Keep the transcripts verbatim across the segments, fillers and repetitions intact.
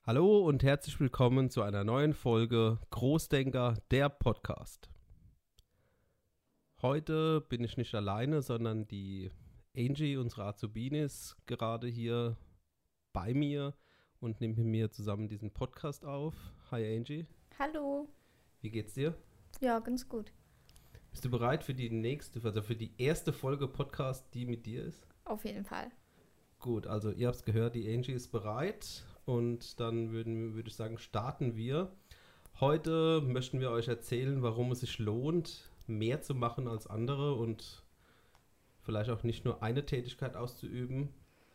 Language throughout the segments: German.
Hallo und herzlich willkommen zu einer neuen Folge Großdenker, der Podcast. Heute bin ich nicht alleine, sondern die Angie, unsere Azubine, ist gerade hier bei mir und nimmt mit mir zusammen diesen Podcast auf. Hi Angie. Hallo. Wie geht's dir? Ja, ganz gut. Bist du bereit für die nächste, also für die erste Folge Podcast, die mit dir ist? Auf jeden Fall. Gut, also ihr habt es gehört, die Angie ist bereit und dann würden, würde ich sagen, starten wir. Heute möchten wir euch erzählen, warum es sich lohnt, mehr zu machen als andere und vielleicht auch nicht nur eine Tätigkeit auszuüben.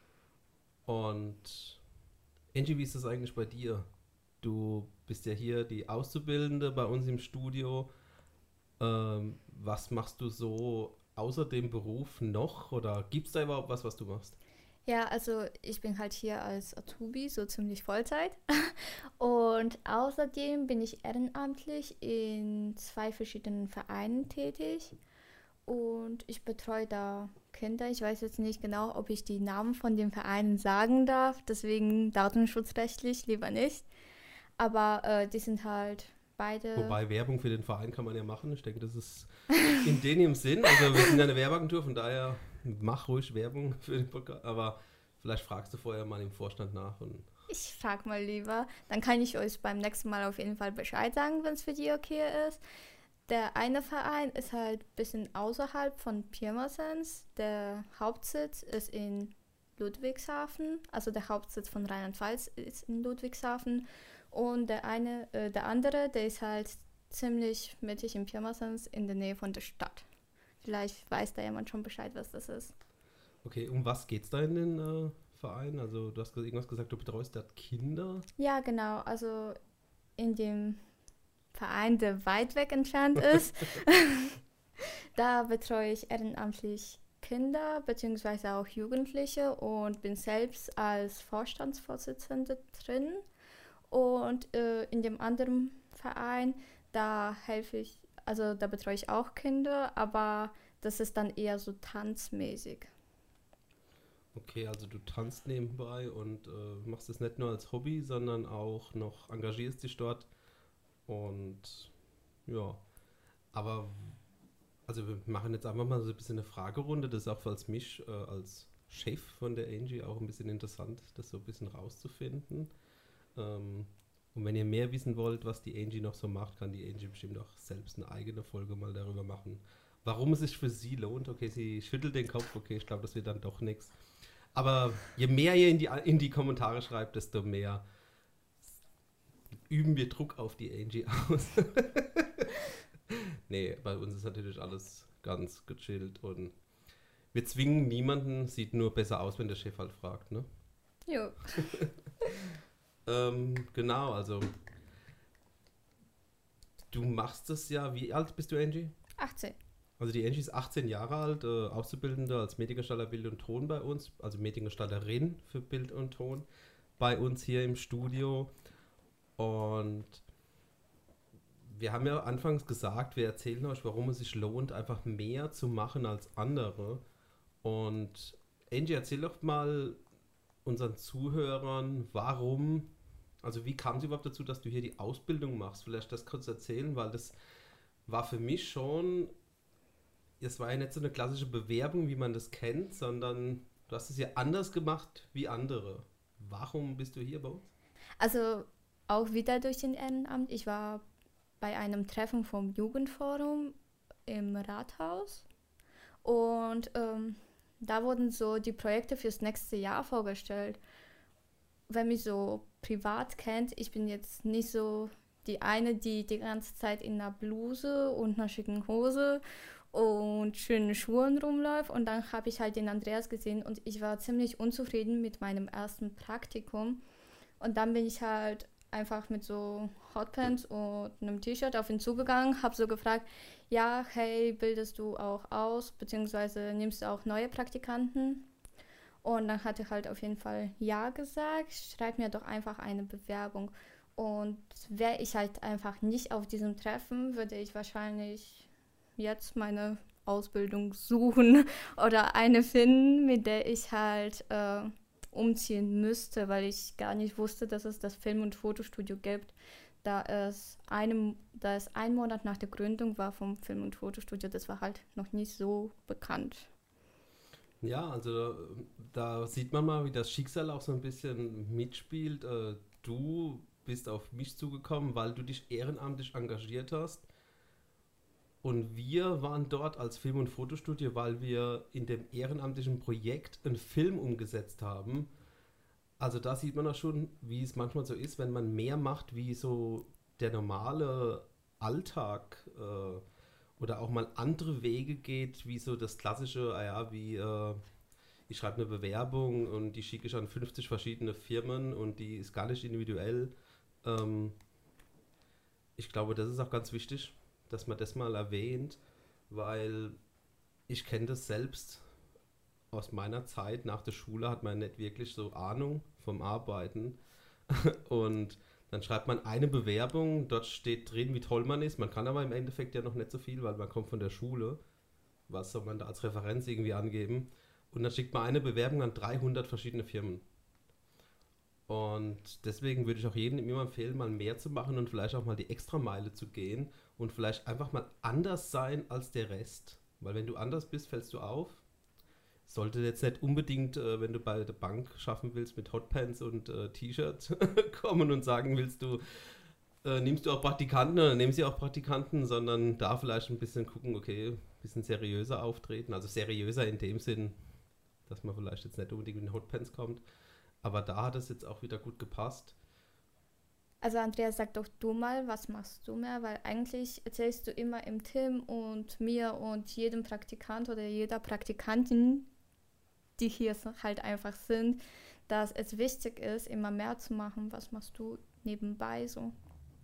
Und Angie, wie ist das eigentlich bei dir? Du bist ja hier die Auszubildende bei uns im Studio. Ähm, was machst du so außer dem Beruf noch? Oder gibt es da überhaupt was, was du machst? Ja, also ich bin halt hier als Azubi, so ziemlich Vollzeit. Und außerdem bin ich ehrenamtlich in zwei verschiedenen Vereinen tätig. Und ich betreue da Kinder. Ich weiß jetzt nicht genau, ob ich die Namen von den Vereinen sagen darf. Deswegen datenschutzrechtlich lieber nicht. Aber äh, die sind halt beide... Wobei Werbung für den Verein kann man ja machen. Ich denke, das ist in dem Sinn. Also wir sind ja eine Werbeagentur, von daher mach ruhig Werbung für den Podcast. Aber vielleicht fragst du vorher mal im Vorstand nach. Und Ich frage mal lieber. Dann kann ich euch beim nächsten Mal auf jeden Fall Bescheid sagen, wenn es für die okay ist. Der eine Verein ist halt ein bisschen außerhalb von Pirmasens. Der Hauptsitz ist in Ludwigshafen. Also der Hauptsitz von Rheinland-Pfalz ist in Ludwigshafen. Und der eine, äh, der andere, der ist halt ziemlich mittig in Pirmasens in der Nähe von der Stadt. Vielleicht weiß da jemand schon Bescheid, was das ist. okay, um was geht's da in den äh, Verein? Also du hast irgendwas gesagt, du betreust da Kinder. Ja, genau. Also in dem Verein, der weit weg entfernt ist, da betreue ich ehrenamtlich Kinder bzw. auch Jugendliche und bin selbst als Vorstandsvorsitzende drin. Und äh, in dem anderen Verein, da helfe ich, also da betreue ich auch Kinder, aber das ist dann eher so tanzmäßig. Okay, also du tanzt nebenbei und äh, machst es nicht nur als Hobby, sondern auch noch engagierst dich dort. Und ja, aber also wir machen jetzt einfach mal so ein bisschen eine Fragerunde. Das ist auch für als mich äh, als Chef von der Angie auch ein bisschen interessant, das so ein bisschen rauszufinden. Ähm, und wenn ihr mehr wissen wollt, was die Angie noch so macht, kann die Angie bestimmt auch selbst eine eigene Folge mal darüber machen, warum es sich für sie lohnt. Okay, sie schüttelt den Kopf, okay, ich glaube, das wird dann doch nichts. Aber je mehr ihr in die, in die Kommentare schreibt, desto mehr üben wir Druck auf die Angie aus. Nee, bei uns ist natürlich alles ganz gechillt und wir zwingen niemanden, sieht nur besser aus, wenn der Chef halt fragt, ne? Jo. ähm, genau, also du machst es ja, wie alt bist du, Angie? achtzehn. Also die Angie ist achtzehn Jahre alt, äh, Auszubildende als Mediengestalter Bild und Ton bei uns, also Mediengestalterin für Bild und Ton bei uns hier im Studio. Und wir haben ja anfangs gesagt, wir erzählen euch, warum es sich lohnt, einfach mehr zu machen als andere. Und Angie, erzähl doch mal unseren Zuhörern, warum, also wie kam es überhaupt dazu, dass du hier die Ausbildung machst? Vielleicht das kurz erzählen, weil das war für mich schon, es war ja nicht so eine klassische Bewerbung, wie man das kennt, sondern du hast es ja anders gemacht wie andere. Warum bist du hier bei uns? Also auch wieder durch den Ehrenamt. Ich war bei einem Treffen vom Jugendforum im Rathaus und ähm, da wurden so die Projekte fürs nächste Jahr vorgestellt. Wer mich so privat kennt, ich bin jetzt nicht so die eine, die die ganze Zeit in einer Bluse und einer schicken Hose und schönen Schuhen rumläuft. Und dann habe ich halt den Andreas gesehen und ich war ziemlich unzufrieden mit meinem ersten Praktikum. Und dann bin ich halt einfach mit so Hotpants und einem T-Shirt auf ihn zugegangen, habe so gefragt, ja, hey, bildest du auch aus, beziehungsweise nimmst du auch neue Praktikanten? Und dann hat er halt auf jeden Fall ja gesagt, schreib mir doch einfach eine Bewerbung. Und wäre ich halt einfach nicht auf diesem Treffen, würde ich wahrscheinlich jetzt meine Ausbildung suchen oder eine finden, mit der ich halt äh, umziehen müsste, weil ich gar nicht wusste, dass es das Film- und Fotostudio gibt, da es, einem, da es ein Monat nach der Gründung war vom Film- und Fotostudio. Das war halt noch nicht so bekannt. Ja, also da sieht man mal, wie das Schicksal auch so ein bisschen mitspielt. Äh, Du bist auf mich zugekommen, weil du dich ehrenamtlich engagiert hast. Und wir waren dort als Film- und Fotostudio, weil wir in dem ehrenamtlichen Projekt einen Film umgesetzt haben. Also da sieht man auch schon, wie es manchmal so ist, wenn man mehr macht, wie so der normale Alltag äh, oder auch mal andere Wege geht, wie so das klassische, ah ja, wie äh, ich schreibe eine Bewerbung und die schicke ich an fünfzig verschiedene Firmen und die ist gar nicht individuell. Ähm, Ich glaube, das ist auch ganz wichtig, dass man das mal erwähnt, weil ich kenne das selbst aus meiner Zeit. Nach der Schule hat man nicht wirklich so Ahnung vom Arbeiten und dann schreibt man eine Bewerbung, dort steht drin, wie toll man ist. Man kann aber im Endeffekt ja noch nicht so viel, weil man kommt von der Schule. Was soll man da als Referenz irgendwie angeben? Und dann schickt man eine Bewerbung an dreihundert verschiedene Firmen. Und deswegen würde ich auch jedem immer empfehlen, mal mehr zu machen und vielleicht auch mal die Extrameile zu gehen und vielleicht einfach mal anders sein als der Rest. Weil wenn du anders bist, fällst du auf. Sollte jetzt nicht unbedingt, äh, wenn du bei der Bank schaffen willst, mit Hotpants und äh, T-Shirt kommen und sagen willst, du äh, nimmst du auch Praktikanten oder nehmen sie auch Praktikanten, sondern da vielleicht ein bisschen gucken, okay, ein bisschen seriöser auftreten. Also seriöser in dem Sinn, dass man vielleicht jetzt nicht unbedingt mit Hotpants kommt. Aber da hat es jetzt auch wieder gut gepasst. Also Andreas, sag doch du mal, was machst du mehr? Weil eigentlich erzählst du immer im Team und mir und jedem Praktikant oder jeder Praktikantin, die hier so halt einfach sind, dass es wichtig ist, immer mehr zu machen. Was machst du nebenbei so?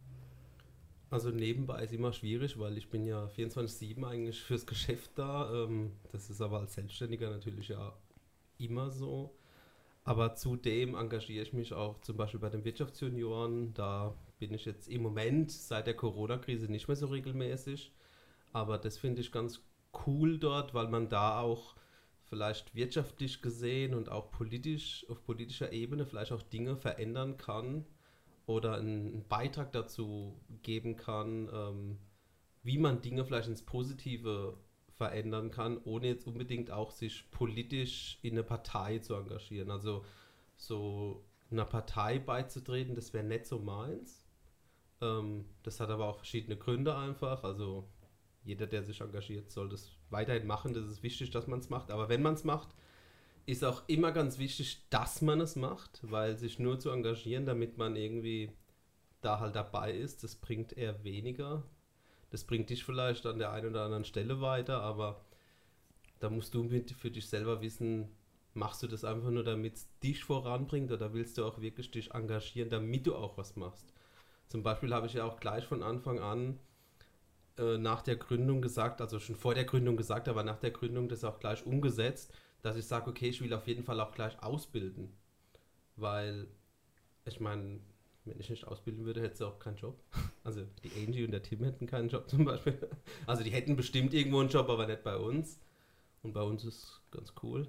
Also nebenbei ist immer schwierig, weil ich bin ja vierundzwanzig sieben eigentlich fürs Geschäft da. Ähm, das ist aber als Selbstständiger natürlich ja immer so. Aber zudem engagiere ich mich auch zum Beispiel bei den Wirtschaftsjunioren. Da bin ich jetzt im Moment seit der Corona-Krise nicht mehr so regelmäßig. Aber das finde ich ganz cool dort, weil man da auch vielleicht wirtschaftlich gesehen und auch politisch, auf politischer Ebene vielleicht auch Dinge verändern kann oder einen Beitrag dazu geben kann, ähm, wie man Dinge vielleicht ins Positive verändern kann, ohne jetzt unbedingt auch sich politisch in eine Partei zu engagieren. Also so einer Partei beizutreten, das wäre nicht so meins. Ähm, das hat aber auch verschiedene Gründe einfach. Also jeder, der sich engagiert, soll das weiterhin machen. Das ist wichtig, dass man es macht. Aber wenn man es macht, ist auch immer ganz wichtig, dass man es macht, weil sich nur zu engagieren, damit man irgendwie da halt dabei ist, das bringt eher weniger. Das bringt dich vielleicht an der einen oder anderen Stelle weiter, aber da musst du mit für dich selber wissen, machst du das einfach nur, damit es dich voranbringt oder willst du auch wirklich dich engagieren, damit du auch was machst. Zum Beispiel habe ich ja auch gleich von Anfang an äh, nach der Gründung gesagt, also schon vor der Gründung gesagt, aber nach der Gründung das auch gleich umgesetzt, dass ich sage, okay, ich will auf jeden Fall auch gleich ausbilden, weil ich meine, wenn ich nicht ausbilden würde, hätte sie auch keinen Job. Also die Angie und der Tim hätten keinen Job zum Beispiel. Also die hätten bestimmt irgendwo einen Job, aber nicht bei uns. Und bei uns ist ganz cool.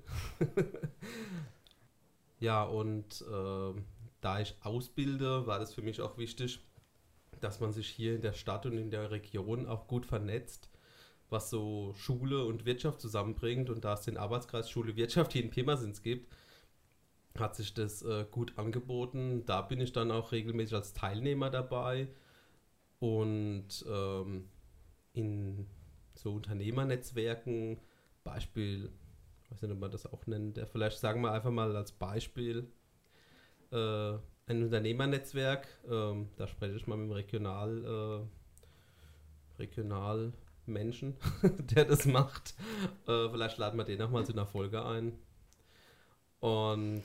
Ja, und äh, da ich ausbilde, war das für mich auch wichtig, dass man sich hier in der Stadt und in der Region auch gut vernetzt, was so Schule und Wirtschaft zusammenbringt. Und da es den Arbeitskreis Schule Wirtschaft hier in Pirmasens gibt, hat sich das äh, gut angeboten. Da bin ich dann auch regelmäßig als Teilnehmer dabei und ähm, in so Unternehmernetzwerken, Beispiel, ich weiß nicht, ob man das auch nennt, der vielleicht sagen wir einfach mal als Beispiel äh, ein Unternehmernetzwerk, ähm, da spreche ich mal mit dem Regional, äh, Regionalmenschen, der das macht. Äh, vielleicht laden wir den nochmal zu einer Folge ein. Und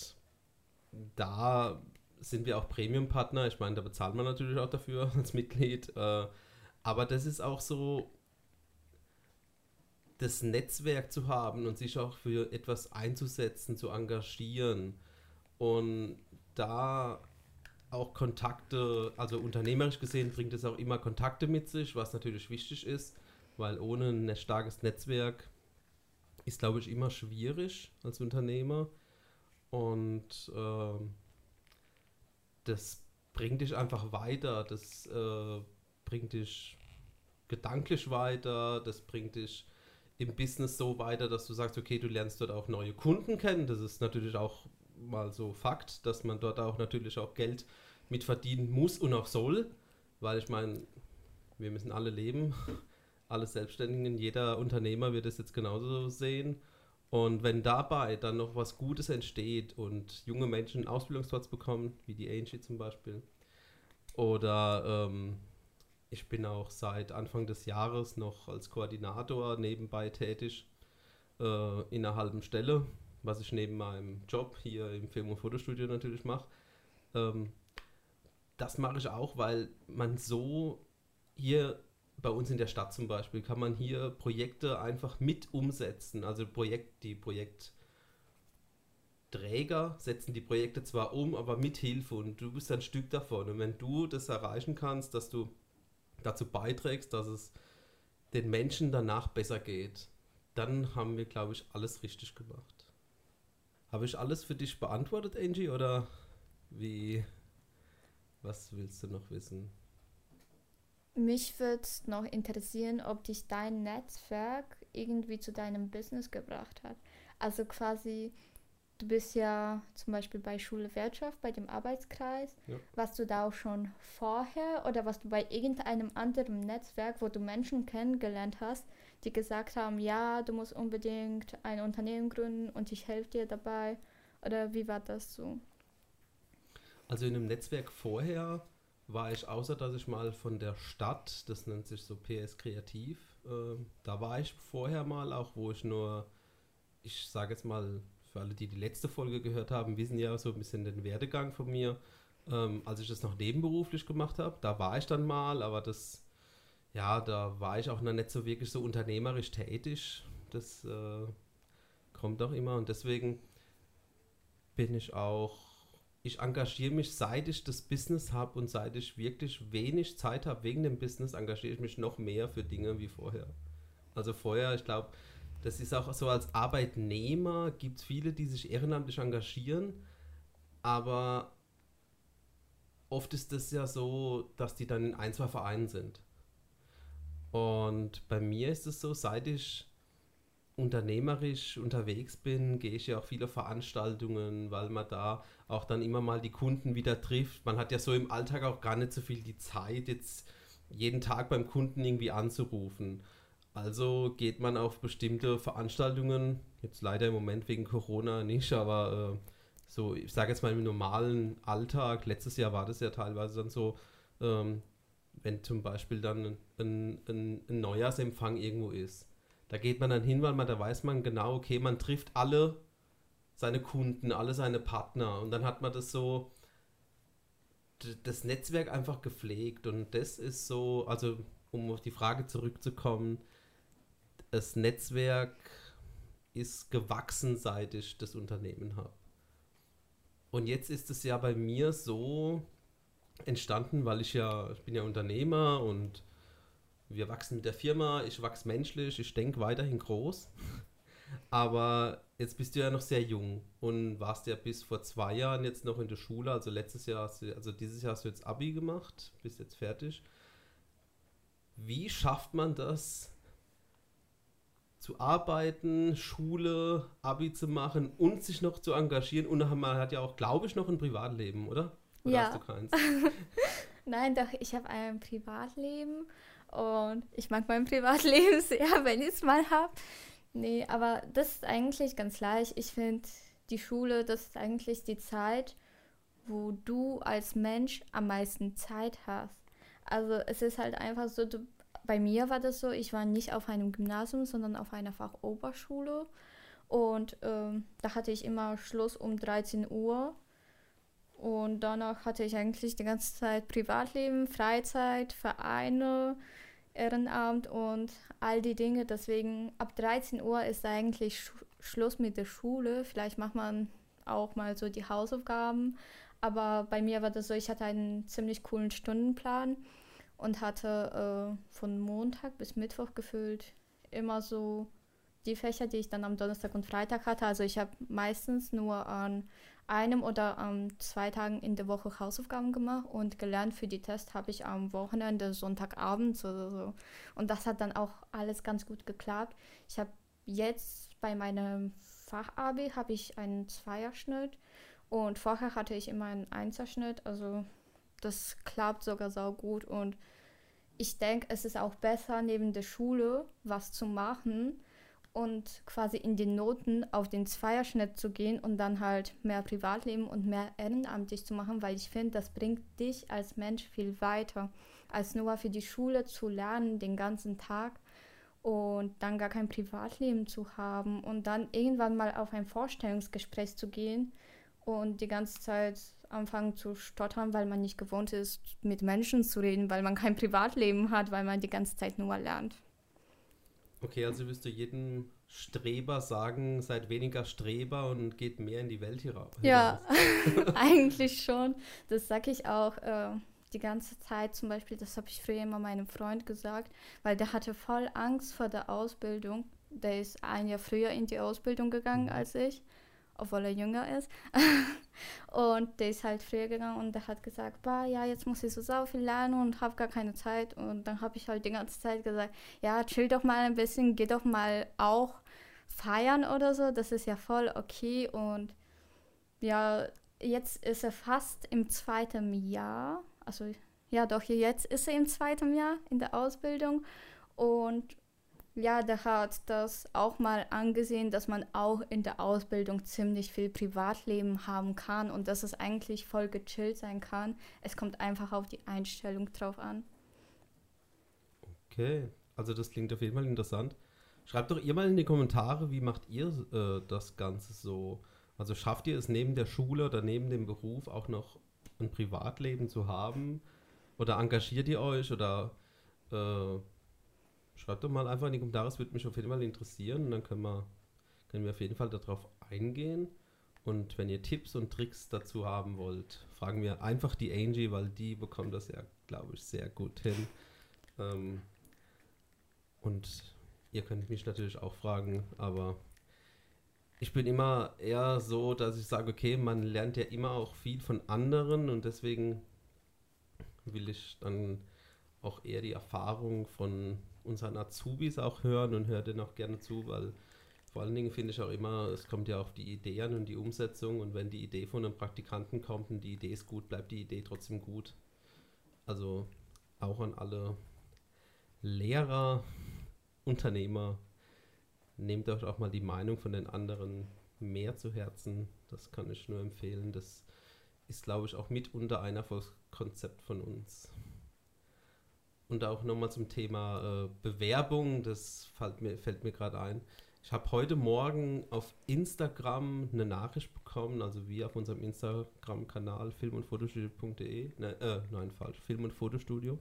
da sind wir auch Premium-Partner. Ich meine, da bezahlt man natürlich auch dafür als Mitglied. Äh, aber das ist auch so, das Netzwerk zu haben und sich auch für etwas einzusetzen, zu engagieren und da auch Kontakte, also unternehmerisch gesehen bringt es auch immer Kontakte mit sich, was natürlich wichtig ist, weil ohne ein starkes Netzwerk ist, glaube ich, immer schwierig als Unternehmer. und ähm, das bringt dich einfach weiter, das äh, bringt dich gedanklich weiter, das bringt dich im Business so weiter, dass du sagst, okay, du lernst dort auch neue Kunden kennen. Das ist natürlich auch mal so Fakt, dass man dort auch natürlich auch Geld mit verdienen muss und auch soll, weil ich meine, wir müssen alle leben, alle Selbstständigen, jeder Unternehmer wird es jetzt genauso sehen. Und wenn dabei dann noch was Gutes entsteht und junge Menschen einen Ausbildungsplatz bekommen, wie die Angie zum Beispiel, oder ähm, ich bin auch seit Anfang des Jahres noch als Koordinator nebenbei tätig äh, in einer halben Stelle, was ich neben meinem Job hier im Film- und Fotostudio natürlich mache. Ähm, das mache ich auch, weil man so hier bei uns in der Stadt zum Beispiel kann man hier Projekte einfach mit umsetzen. Also Projekt, die Projektträger setzen die Projekte zwar um, aber mit Hilfe und du bist ein Stück davon. Und wenn du das erreichen kannst, dass du dazu beiträgst, dass es den Menschen danach besser geht, dann haben wir, glaube ich, alles richtig gemacht. Habe ich alles für dich beantwortet, Angie, oder wie, was willst du noch wissen? Mich würde noch interessieren, ob dich dein Netzwerk irgendwie zu deinem Business gebracht hat. Also quasi, du bist ja zum Beispiel bei Schule Wirtschaft, bei dem Arbeitskreis. Ja. Warst du da auch schon vorher oder warst du bei irgendeinem anderen Netzwerk, wo du Menschen kennengelernt hast, die gesagt haben, ja, du musst unbedingt ein Unternehmen gründen und ich helfe dir dabei? Oder wie war das so? Also in einem Netzwerk vorher war ich, außer dass ich mal von der Stadt, das nennt sich so P S Kreativ, äh, da war ich vorher mal auch, wo ich nur, ich sage jetzt mal, für alle, die die letzte Folge gehört haben, wissen ja so ein bisschen den Werdegang von mir. Ähm, als ich das noch nebenberuflich gemacht habe, da war ich dann mal, aber das, ja, da war ich auch noch nicht so wirklich so unternehmerisch tätig. Das äh, kommt auch immer und deswegen bin ich auch, ich engagiere mich, seit ich das Business habe und seit ich wirklich wenig Zeit habe wegen dem Business, engagiere ich mich noch mehr für Dinge wie vorher. Also vorher, ich glaube, das ist auch so als Arbeitnehmer, gibt es viele, die sich ehrenamtlich engagieren, aber oft ist es ja so, dass die dann in ein, zwei Vereinen sind. Und bei mir ist es so, seit ich unternehmerisch unterwegs bin, gehe ich ja auch viele Veranstaltungen, weil man da auch dann immer mal die Kunden wieder trifft. Man hat ja so im Alltag auch gar nicht so viel die Zeit, jetzt jeden Tag beim Kunden irgendwie anzurufen. Also geht man auf bestimmte Veranstaltungen, jetzt leider im Moment wegen Corona nicht, aber äh, so, ich sage jetzt mal im normalen Alltag, letztes Jahr war das ja teilweise dann so, ähm, wenn zum Beispiel dann ein, ein, ein Neujahrsempfang irgendwo ist. Da geht man dann hin, weil man, da weiß man genau, okay, man trifft alle seine Kunden, alle seine Partner und dann hat man das so, d- das Netzwerk einfach gepflegt und das ist so, also um auf die Frage zurückzukommen, das Netzwerk ist gewachsen, seit ich das Unternehmen habe. Und jetzt ist es ja bei mir so entstanden, weil ich ja, ich bin ja Unternehmer und wir wachsen mit der Firma, ich wachse menschlich, ich denke weiterhin groß. Aber jetzt bist du ja noch sehr jung und warst ja bis vor zwei Jahren jetzt noch in der Schule. Also letztes Jahr, hast du, also dieses Jahr hast du jetzt Abi gemacht, bist jetzt fertig. Wie schafft man das, zu arbeiten, Schule, Abi zu machen und sich noch zu engagieren? Und man hat ja auch, glaube ich, noch ein Privatleben, oder? Oder hast du Ja, keins? nein, doch, ich habe ein Privatleben und ich mag mein Privatleben sehr, wenn ich es mal habe. Nee, aber das ist eigentlich ganz leicht. Ich finde, die Schule, das ist eigentlich die Zeit, wo du als Mensch am meisten Zeit hast. Also es ist halt einfach so, du, bei mir war das so, ich war nicht auf einem Gymnasium, sondern auf einer Fachoberschule. Und ähm, da hatte ich immer Schluss um dreizehn Uhr. Und danach hatte ich eigentlich die ganze Zeit Privatleben, Freizeit, Vereine, Ehrenamt und all die Dinge. Deswegen ab dreizehn Uhr ist eigentlich Sch Schluss mit der Schule. Vielleicht macht man auch mal so die Hausaufgaben. Aber bei mir war das so, ich hatte einen ziemlich coolen Stundenplan und hatte äh, von Montag bis Mittwoch gefühlt immer so die Fächer, die ich dann am Donnerstag und Freitag hatte. Also ich habe meistens nur an einem oder an zwei Tagen in der Woche Hausaufgaben gemacht und gelernt für die Tests habe ich am Wochenende, Sonntagabends oder so. Und das hat dann auch alles ganz gut geklappt. Ich habe jetzt bei meinem Fachabi habe ich einen Zweierschnitt und vorher hatte ich immer einen Einserschnitt. Also das klappt sogar sau gut und ich denke, es ist auch besser, neben der Schule was zu machen und quasi in den Noten auf den Zweierschnitt zu gehen und dann halt mehr Privatleben und mehr ehrenamtlich zu machen, weil ich finde, das bringt dich als Mensch viel weiter, als nur für die Schule zu lernen den ganzen Tag und dann gar kein Privatleben zu haben und dann irgendwann mal auf ein Vorstellungsgespräch zu gehen und die ganze Zeit anfangen zu stottern, weil man nicht gewohnt ist, mit Menschen zu reden, weil man kein Privatleben hat, weil man die ganze Zeit nur lernt. Okay, also wirst du jedem Streber sagen, seid weniger Streber und geht mehr in die Welt hinaus. Ja, eigentlich schon. Das sage ich auch äh, die ganze Zeit. Zum Beispiel, das habe ich früher immer meinem Freund gesagt, weil der hatte voll Angst vor der Ausbildung. Der ist ein Jahr früher in die Ausbildung gegangen mhm. als ich, obwohl er jünger ist. Und der ist halt früher gegangen und der hat gesagt, bah, ja, jetzt muss ich so sau viel lernen und habe gar keine Zeit. Und dann habe ich halt die ganze Zeit gesagt, ja, chill doch mal ein bisschen, geh doch mal auch feiern oder so. Das ist ja voll okay. Und ja, jetzt ist er fast im zweiten Jahr. Also ja, doch, jetzt ist er im zweiten Jahr in der Ausbildung. Und ja, der hat das auch mal angesehen, dass man auch in der Ausbildung ziemlich viel Privatleben haben kann und dass es eigentlich voll gechillt sein kann. Es kommt einfach auf die Einstellung drauf an. Okay, also das klingt auf jeden Fall interessant. Schreibt doch ihr mal in die Kommentare, wie macht ihr äh, das Ganze so? Also schafft ihr es neben der Schule oder neben dem Beruf auch noch ein Privatleben zu haben? Oder engagiert ihr euch oder äh, schreibt doch mal einfach in die Kommentare, es würde mich auf jeden Fall interessieren und dann können wir, können wir auf jeden Fall darauf eingehen. Und wenn ihr Tipps und Tricks dazu haben wollt, fragen wir einfach die Angie, weil die bekommt das ja, glaube ich, sehr gut hin. Ähm, und ihr könnt mich natürlich auch fragen, aber ich bin immer eher so, dass ich sage, okay, man lernt ja immer auch viel von anderen und deswegen will ich dann auch eher die Erfahrung von unseren Azubis auch hören und höre denen auch gerne zu, weil vor allen Dingen finde ich auch immer, es kommt ja auf die Idee an und die Umsetzung und wenn die Idee von einem Praktikanten kommt und die Idee ist gut, bleibt die Idee trotzdem gut. Also auch an alle Lehrer, Unternehmer, nehmt euch auch mal die Meinung von den anderen mehr zu Herzen. Das kann ich nur empfehlen. Das ist, glaube ich, auch mitunter ein Erfolgskonzept von uns. Und auch nochmal zum Thema äh, Bewerbung, das fällt mir, fällt mir gerade ein. Ich habe heute Morgen auf Instagram eine Nachricht bekommen, also wir auf unserem Instagram-Kanal film und fotostudio punkt de, ne, äh, nein, falsch, Film- und Fotostudio,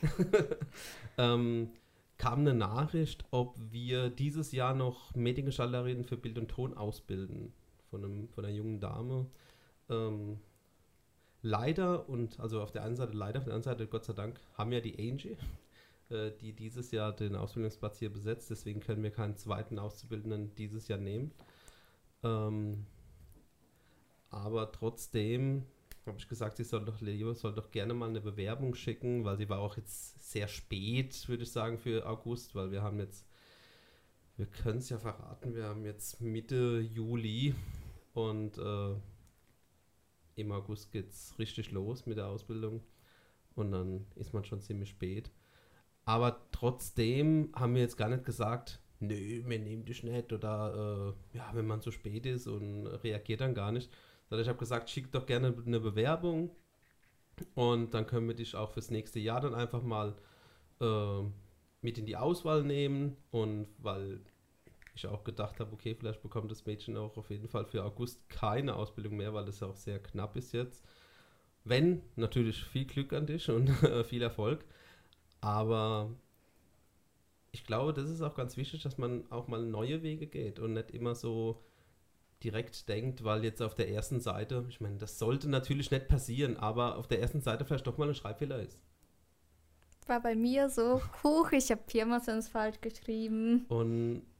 ähm, kam eine Nachricht, ob wir dieses Jahr noch Mediengestalterinnen für Bild und Ton ausbilden, von, einem, von einer jungen Dame. Ähm, Leider und, also auf der einen Seite leider, auf der anderen Seite Gott sei Dank, haben ja die Angie, äh, die dieses Jahr den Ausbildungsplatz hier besetzt, deswegen können wir keinen zweiten Auszubildenden dieses Jahr nehmen. Ähm, aber trotzdem habe ich gesagt, sie soll doch, Leo soll doch gerne mal eine Bewerbung schicken, weil sie war auch jetzt sehr spät, würde ich sagen, für August, weil wir haben jetzt, wir können es ja verraten, wir haben jetzt Mitte Juli und äh, im August geht es richtig los mit der Ausbildung und dann ist man schon ziemlich spät. Aber trotzdem haben wir jetzt gar nicht gesagt, nö, wir nehmen dich nicht oder äh, ja, wenn man zu spät ist und reagiert dann gar nicht. Sondern ich habe gesagt, schick doch gerne eine Bewerbung und dann können wir dich auch fürs nächste Jahr dann einfach mal äh, mit in die Auswahl nehmen und weil ich auch gedacht habe, okay, vielleicht bekommt das Mädchen auch auf jeden Fall für August keine Ausbildung mehr, weil das ja auch sehr knapp ist jetzt. Wenn, natürlich viel Glück an dich und viel Erfolg, aber ich glaube, das ist auch ganz wichtig, dass man auch mal neue Wege geht und nicht immer so direkt denkt, weil jetzt auf der ersten Seite, ich meine, das sollte natürlich nicht passieren, aber auf der ersten Seite vielleicht doch mal ein Schreibfehler ist. War bei mir so, huch, ich habe viermal sonst falsch geschrieben. Und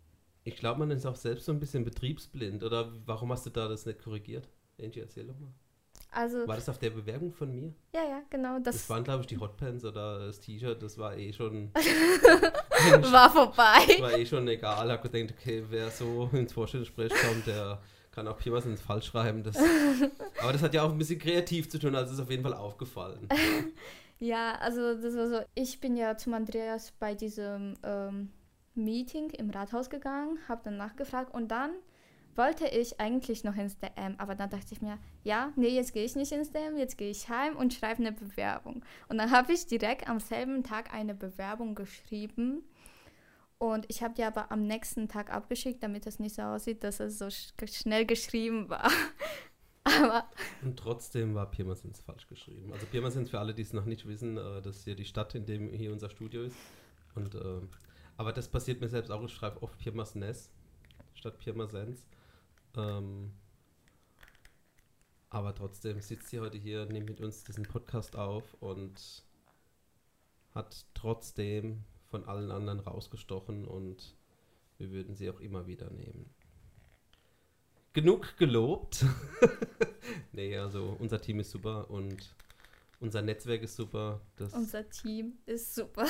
Ich glaube, man ist auch selbst so ein bisschen betriebsblind. Oder warum hast du da das nicht korrigiert? Angie, erzähl doch mal. Also, War das auf der Bewerbung von mir? ja, ja, genau, Das das waren, glaube ich, die Hotpants oder das T-Shirt, das war eh schon, war vorbei. war eh schon egal. Ich habe gedacht, okay, wer so ins Vorstellungsgespräch kommt, der kann auch Pirmas ins Falsch schreiben. Das, aber das hat ja auch ein bisschen kreativ zu tun, also ist auf jeden Fall aufgefallen. Ja, also das war so, ich bin ja zum Andreas bei diesem ähm, Meeting im Rathaus gegangen, habe dann nachgefragt und dann wollte ich eigentlich noch ins D M, aber dann dachte ich mir, ja, nee, jetzt gehe ich nicht ins D M, jetzt gehe ich heim und schreibe eine Bewerbung. Und dann habe ich direkt am selben Tag eine Bewerbung geschrieben und ich habe die aber am nächsten Tag abgeschickt, damit es nicht so aussieht, dass es so sch- schnell geschrieben war. Aber Und trotzdem war Pirmasens falsch geschrieben. Also Pirmasens, für alle, die es noch nicht wissen, äh, das ist hier die Stadt, in dem hier unser Studio ist. Und, äh, aber das passiert mir selbst auch, ich schreibe oft Pirmasens statt Pirmasens. Ähm, aber trotzdem sitzt sie heute hier, nimmt mit uns diesen Podcast auf und hat trotzdem von allen anderen rausgestochen und wir würden sie auch immer wieder nehmen. Genug gelobt. Nee, also unser Team ist super und unser Netzwerk ist super. Das unser Team ist super.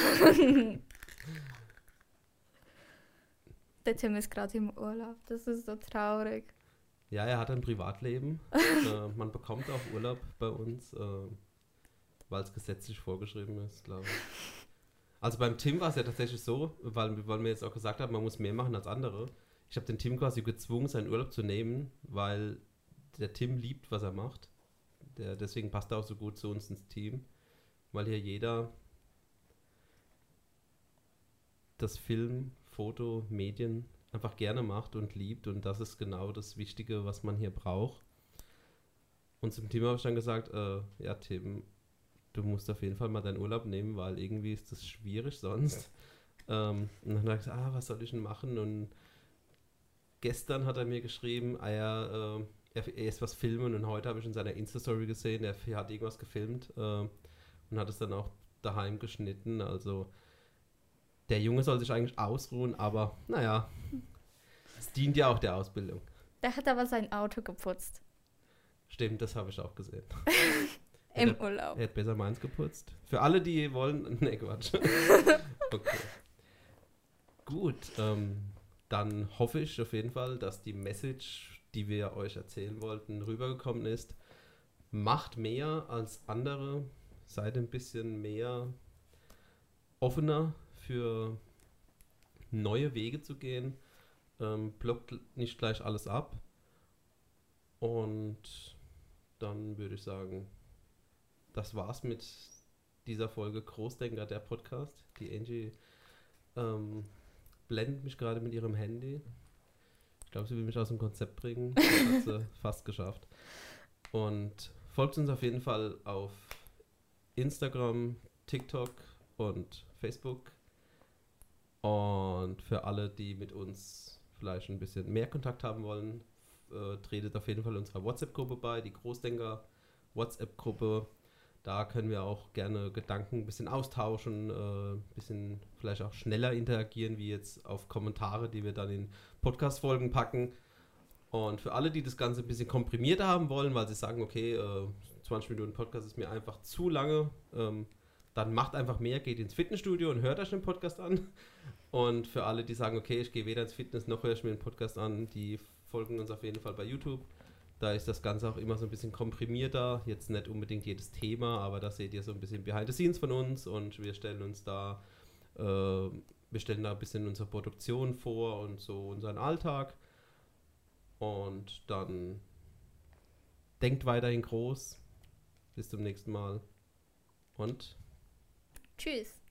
Der Tim ist gerade im Urlaub, das ist so traurig. Ja, er hat ein Privatleben. äh, man bekommt auch Urlaub bei uns, äh, weil es gesetzlich vorgeschrieben ist, glaube ich. Also beim Tim war es ja tatsächlich so, weil, weil wir jetzt auch gesagt haben, man muss mehr machen als andere. Ich habe den Tim quasi gezwungen, seinen Urlaub zu nehmen, weil der Tim liebt, was er macht. Der, deswegen passt er auch so gut zu uns ins Team, weil hier jeder das Film, Foto, Medien einfach gerne macht und liebt und das ist genau das Wichtige, was man hier braucht. Und zum Team habe ich dann gesagt, äh, ja Tim, du musst auf jeden Fall mal deinen Urlaub nehmen, weil irgendwie ist das schwierig sonst. Ähm, und dann habe ich gesagt, ah, was soll ich denn machen? Und gestern hat er mir geschrieben, ah ja, äh, er, er ist was filmen und heute habe ich in seiner Insta-Story gesehen, er hat irgendwas gefilmt äh, und hat es dann auch daheim geschnitten. Also der Junge soll sich eigentlich ausruhen, aber naja, es dient ja auch der Ausbildung. Der hat aber sein Auto geputzt. Stimmt, das habe ich auch gesehen. Im er, Urlaub. Er hat besser meins geputzt. Für alle, die wollen, ne Quatsch. Okay. Gut, ähm, dann hoffe ich auf jeden Fall, dass die Message, die wir euch erzählen wollten, rübergekommen ist. Macht mehr als andere, seid ein bisschen mehr offener für neue Wege zu gehen, ähm, blockt nicht gleich alles ab und dann würde ich sagen, das war's mit dieser Folge Großdenker, der Podcast. Die Angie ähm, blendet mich gerade mit ihrem Handy. Ich glaube, sie will mich aus dem Konzept bringen. Das hat sie fast geschafft. Und folgt uns auf jeden Fall auf Instagram, TikTok und Facebook. Und für alle, die mit uns vielleicht ein bisschen mehr Kontakt haben wollen, äh, tretet auf jeden Fall unserer WhatsApp-Gruppe bei, die Großdenker WhatsApp-Gruppe. Da können wir auch gerne Gedanken ein bisschen austauschen, ein äh, bisschen vielleicht auch schneller interagieren, wie jetzt auf Kommentare, die wir dann in Podcast-Folgen packen. Und für alle, die das Ganze ein bisschen komprimierter haben wollen, weil sie sagen, okay, äh, zwanzig Minuten Podcast ist mir einfach zu lange, ähm, dann macht einfach mehr, geht ins Fitnessstudio und hört euch den Podcast an. Und für alle, die sagen, okay, ich gehe weder ins Fitness noch höre ich mir den Podcast an, die folgen uns auf jeden Fall bei YouTube. Da ist das Ganze auch immer so ein bisschen komprimierter, jetzt nicht unbedingt jedes Thema, aber da seht ihr so ein bisschen Behind the Scenes von uns und wir stellen uns da, äh, wir stellen da ein bisschen unsere Produktion vor und so unseren Alltag. Und dann denkt weiterhin groß. Bis zum nächsten Mal und Tschüss.